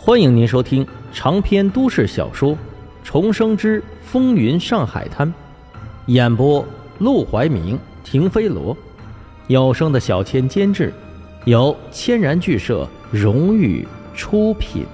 欢迎您收听长篇都市小说《重生之风云上海滩》，演播陆怀明、停飞罗，有声的小千监制，由千然剧社荣誉出品。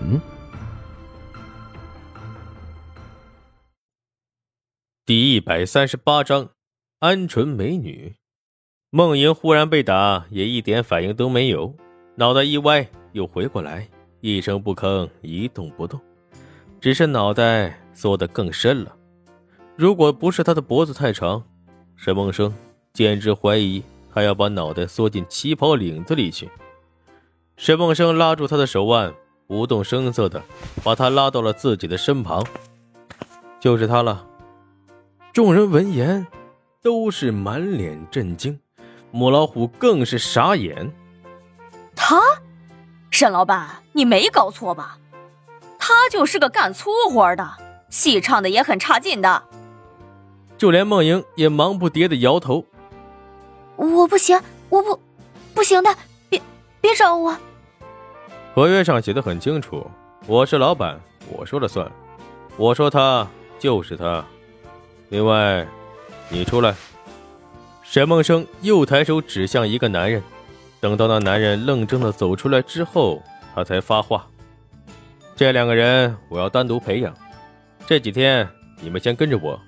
第138章，鹌鹑美女。梦莹忽然被打，也一点反应都没有，脑袋一歪，又回过来，一声不吭，一动不动，只是脑袋缩得更深了。如果不是他的脖子太长，沈梦生简直怀疑他要把脑袋缩进旗袍领子里去。沈梦生拉住他的手腕，不动声色地把他拉到了自己的身旁。就是他了。众人闻言都是满脸震惊，母老虎更是傻眼。 他？沈老板，你没搞错吧？他就是个干粗活的，戏唱的也很差劲的。 就连梦莹也忙不迭地摇头。 我不行，不行的，别找我。 合约上写得很清楚，我是老板，我说了算，我说他就是他。另外，你出来。沈梦生又抬手指向一个男人，等到那男人愣怔地走出来之后，他才发话。这两个人我要单独培养，这几天你们先跟着我。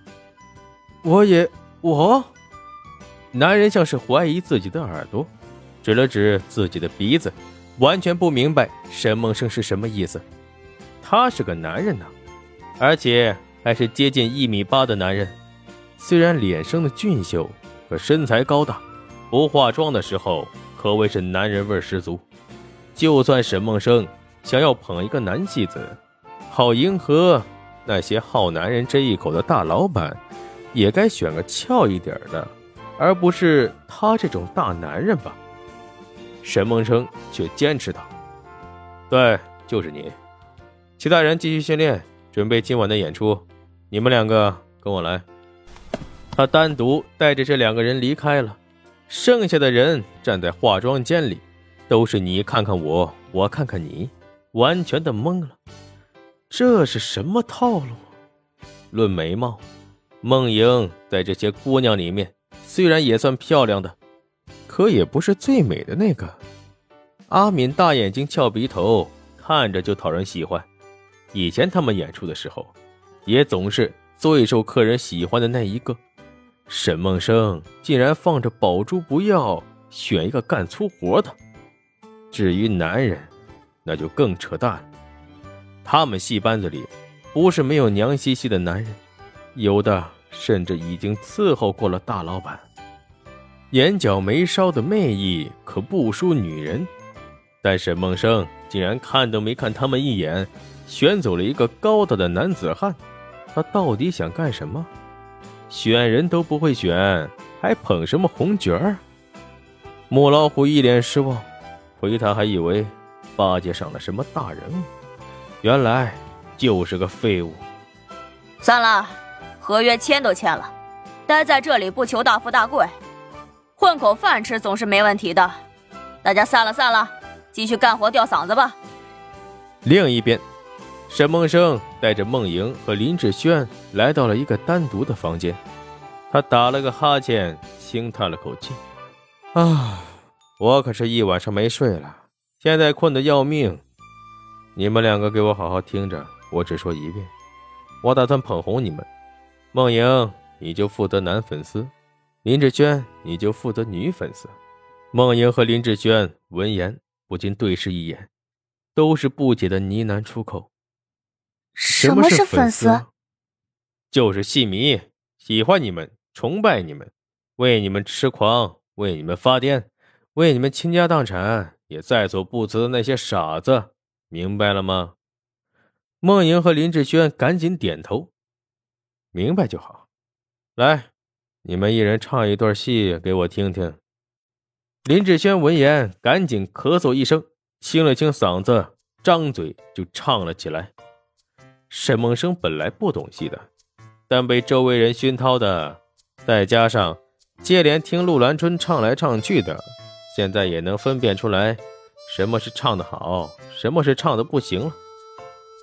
我？男人像是怀疑自己的耳朵，指了指自己的鼻子，完全不明白沈梦生是什么意思。他是个男人呢，而且还是接近1.8米的男人，虽然脸生的俊秀，可身材高大，不化妆的时候可谓是男人味十足。就算沈梦生想要捧一个男戏子，好迎合那些好男人这一口的大老板，也该选个俏一点的，而不是他这种大男人吧。沈梦生却坚持道：对，就是你。其他人继续训练，准备今晚的演出，你们两个跟我来。他单独带着这两个人离开了，剩下的人站在化妆间里，都是你看看我，我看看你，完全的懵了。这是什么套路？论美貌，梦莹在这些姑娘里面虽然也算漂亮的，可也不是最美的那个。阿敏大眼睛翘鼻头，看着就讨人喜欢。以前他们演出的时候，也总是最受客人喜欢的那一个。沈梦生竟然放着宝珠不要，选一个干粗活的。至于男人，那就更扯淡了。他们戏班子里不是没有娘兮兮的男人，有的甚至已经伺候过了大老板，眼角眉梢的魅意可不输女人。但沈梦生竟然看都没看他们一眼，选走了一个高大的男子汉。他到底想干什么？选人都不会选，还捧什么红角儿？母老虎一脸失望，回他还以为八戒上了什么大人物，原来就是个废物。 算了，合约签都签了，待在这里不求大富大贵，混口饭吃总是没问题的。大家散了，继续干活吊嗓子吧。 另一边，沈梦生带着梦莹和林志轩来到了一个单独的房间。他打了个哈欠，轻叹了口气。我可是一晚上没睡了，现在困得要命。你们两个给我好好听着，我只说一遍，我打算捧红你们。梦莹，你就负责男粉丝，林志轩你就负责女粉丝。梦莹和林志轩闻言不禁对视一眼，都是不解的呢喃出口。 什么是粉丝？ 就是戏迷，喜欢你们，崇拜你们，为你们痴狂，为你们发癫，为你们倾家荡产，也在所不辞的那些傻子，明白了吗？梦莹和林志轩赶紧点头。明白就好。来，你们一人唱一段戏给我听听。林志轩闻言赶紧咳嗽一声，清了清嗓子，张嘴就唱了起来。沈梦生本来不懂戏的，但被周围人熏陶的，再加上接连听陆兰春唱来唱去的，现在也能分辨出来什么是唱得好，什么是唱得不行了。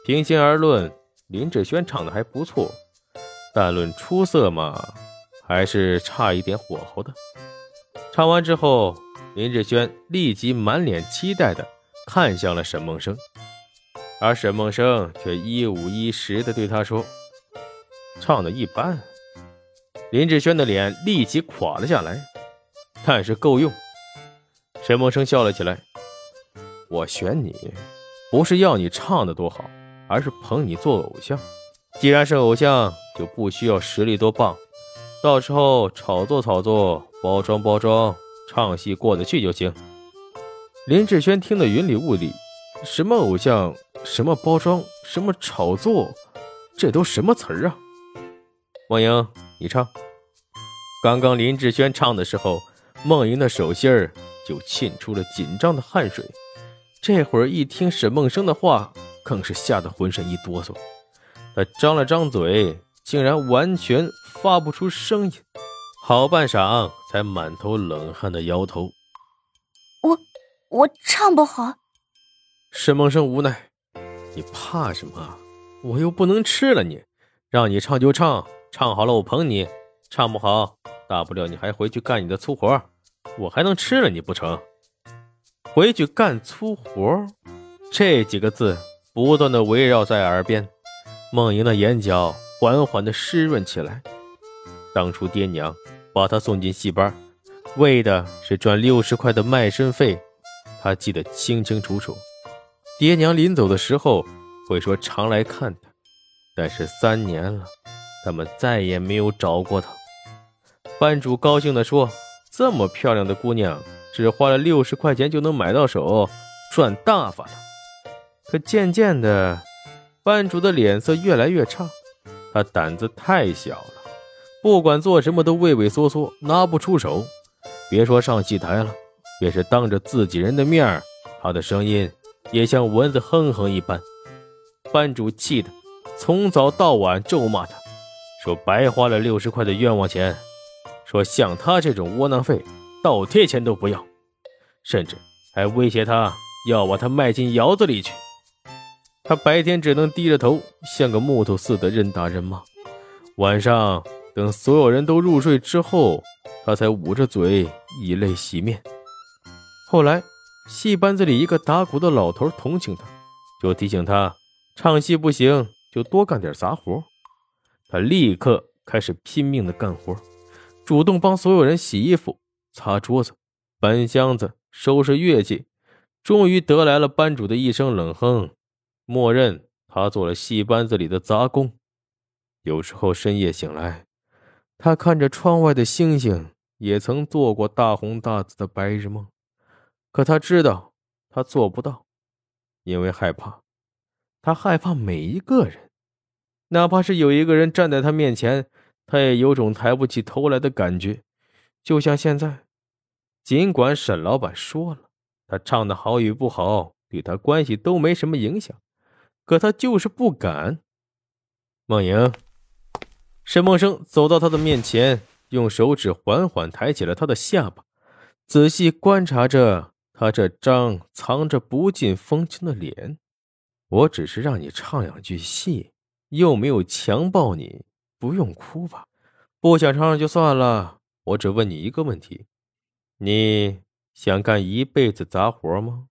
平心而论，林志轩唱的还不错，但论出色嘛，还是差一点火候的。唱完之后，林志轩立即满脸期待地看向了沈梦生，而沈梦生却一五一十地对他说：“唱的一般。”林志轩的脸立即垮了下来，但是够用。沈梦生笑了起来：“我选你，不是要你唱的多好，而是捧你做偶像。既然是偶像，就不需要实力多棒，到时候炒作炒作，包装包装，唱戏过得去就行。”林志轩听得云里雾里，什么偶像，什么包装，什么炒作，这都什么词儿啊？梦莹，你唱。刚刚林志轩唱的时候，梦莹的手心儿就沁出了紧张的汗水，这会儿一听沈梦生的话，更是吓得浑身一哆嗦。他张了张嘴，竟然完全发不出声音，好半晌才满头冷汗的摇头。 我唱不好。 沈梦生无奈：“你怕什么？我又不能吃了你，让你唱就唱，唱好了我捧你，唱不好大不了你还回去干你的粗活，我还能吃了你不成？”回去干粗活，这几个字不断的围绕在耳边，梦莹的眼角缓缓的湿润起来。当初爹娘把她送进戏班，为的是赚60块的卖身费，她记得清清楚楚。爹娘临走的时候会说常来看她，但是3年了，他们再也没有找过她。班主高兴地说：“这么漂亮的姑娘，只花了60块钱就能买到手，赚大发了。”可渐渐的，班主的脸色越来越差，他胆子太小了，不管做什么都畏畏缩缩，拿不出手。别说上戏台了，便是当着自己人的面，他的声音也像蚊子哼哼一般。班主气得从早到晚咒骂他，说白花了60块的冤枉钱，说像他这种窝囊废倒贴钱都不要，甚至还威胁他要把他卖进窑子里去。他白天只能低着头像个木头似的任打任骂，晚上等所有人都入睡之后，他才捂着嘴以泪洗面。后来戏班子里一个打鼓的老头同情他，就提醒他唱戏不行就多干点杂活。他立刻开始拼命的干活，主动帮所有人洗衣服、擦桌子、搬箱子、收拾乐器，终于得来了班主的一声冷哼，默认他做了戏班子里的杂工。有时候深夜醒来，他看着窗外的星星，也曾做过大红大紫的白日梦，可他知道他做不到，因为害怕。他害怕每一个人，哪怕是有一个人站在他面前，他也有种抬不起头来的感觉。就像现在，尽管沈老板说了他唱的好与不好对他关系都没什么影响，可他就是不敢。梦莹，沈梦生走到他的面前，用手指缓缓抬起了他的下巴，仔细观察着他这张藏着不尽风情的脸。我只是让你唱2句戏，又没有强暴你，不用哭吧。不想唱就算了，我只问你一个问题，你想干一辈子杂活吗？